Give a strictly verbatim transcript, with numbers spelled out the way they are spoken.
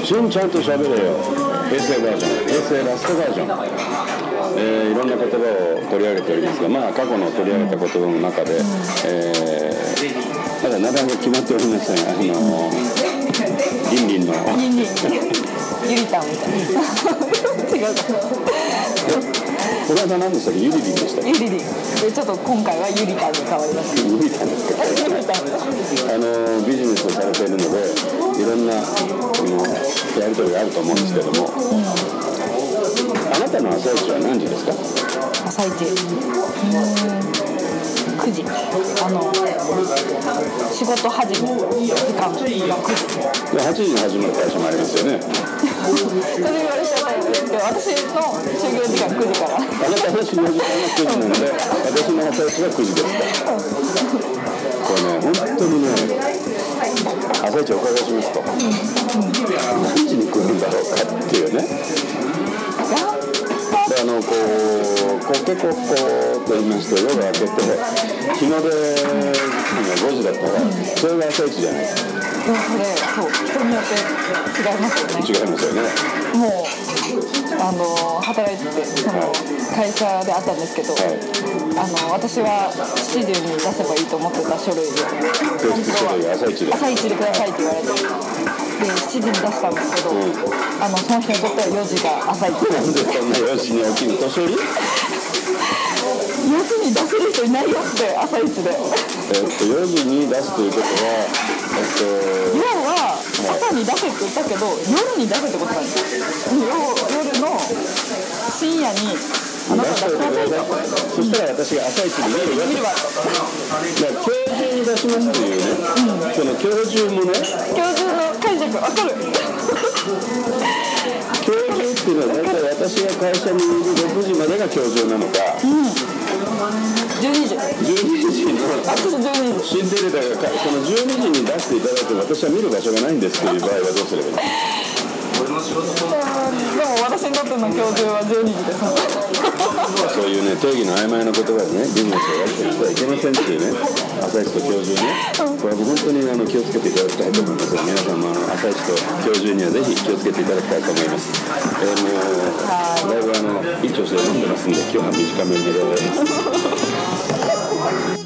しんちゃんと喋れよ。平成バージョン、平成ラストバージョン、えー、いろんな言葉を取り上げておりますが、まあ過去の取り上げた言葉の中で、えー、ただ名前が決まっておりません。あのー、リンリンのリンリンゆりたんみたいな違うかこの間何でしたっけ？ゆりりんでしたっけ？ ゆりりんで、ちょっと今回はゆりたんに変わりました。 ゆりたんですか？ ゆりたんあのビジネスをされているので、いろんなこのやり取りがあると思うんですけども、うんうん、あなたの朝一は何時ですか？ 朝一、うーん、くじ。あの仕事始めの時間がくじ。 はちじに始まる会社もありますよね。 それ言われちゃったんですけど、私の就業時間くじから。あなたの就業時間はくじなので、私の朝一はくじですか。これね、本当にね、朝一お伺いしますと、うんうん、何時に来るんだろうかっていうね。で、あのこうコケコッコと言いますと、夜が明けて日の出時がごじだったら、それが朝一じゃないですか。 でもそれ、そう、人によって違いますよね。 違いますよね。 もうあの働いてて、その会社であったんですけど、はい、あの私はしちじに出せばいいと思ってた書類で、 本当は朝一で朝一でくださいって言われて、でしちじに出したんですけど、うん、あのその人にとってはよじが朝一。 なんでそんなよじに起きる？年寄り？よじに出せる人いないよって朝一で。 えっとよじに出すということは、えっと要は朝に出せって言ったけど、夜に出せってことなんですよ。夜の深夜にあなた出しなさいと。 そしたら私が朝一に見るわ。見るわ。今日中に出しますっていうね。うん、その今日中もね。 今日中の解釈わかる。 今日中っていうのは大体私が会社にいるろくじまでが今日中なのか。うん。 じゅうにじ。 じゅうにじの。 あとじゅうにじ。 シンデレラがそのじゅうにじに出していただいて、私は見る場所がないんですっていう場合はどうすればいい？ でも私にとっての今日中はじゅうにじです。 そういうね、定義の曖昧な言葉でね、ビジネスをやってきてはいけませんっていうね、朝一と今日中ね、これは本当にあの気をつけていただきたいと思います。皆さんもあの朝一と今日中にはぜひ気をつけていただきたいと思います。えー、もうだいぶあのいい調子で飲んでますんで、今日は短めに寝られます。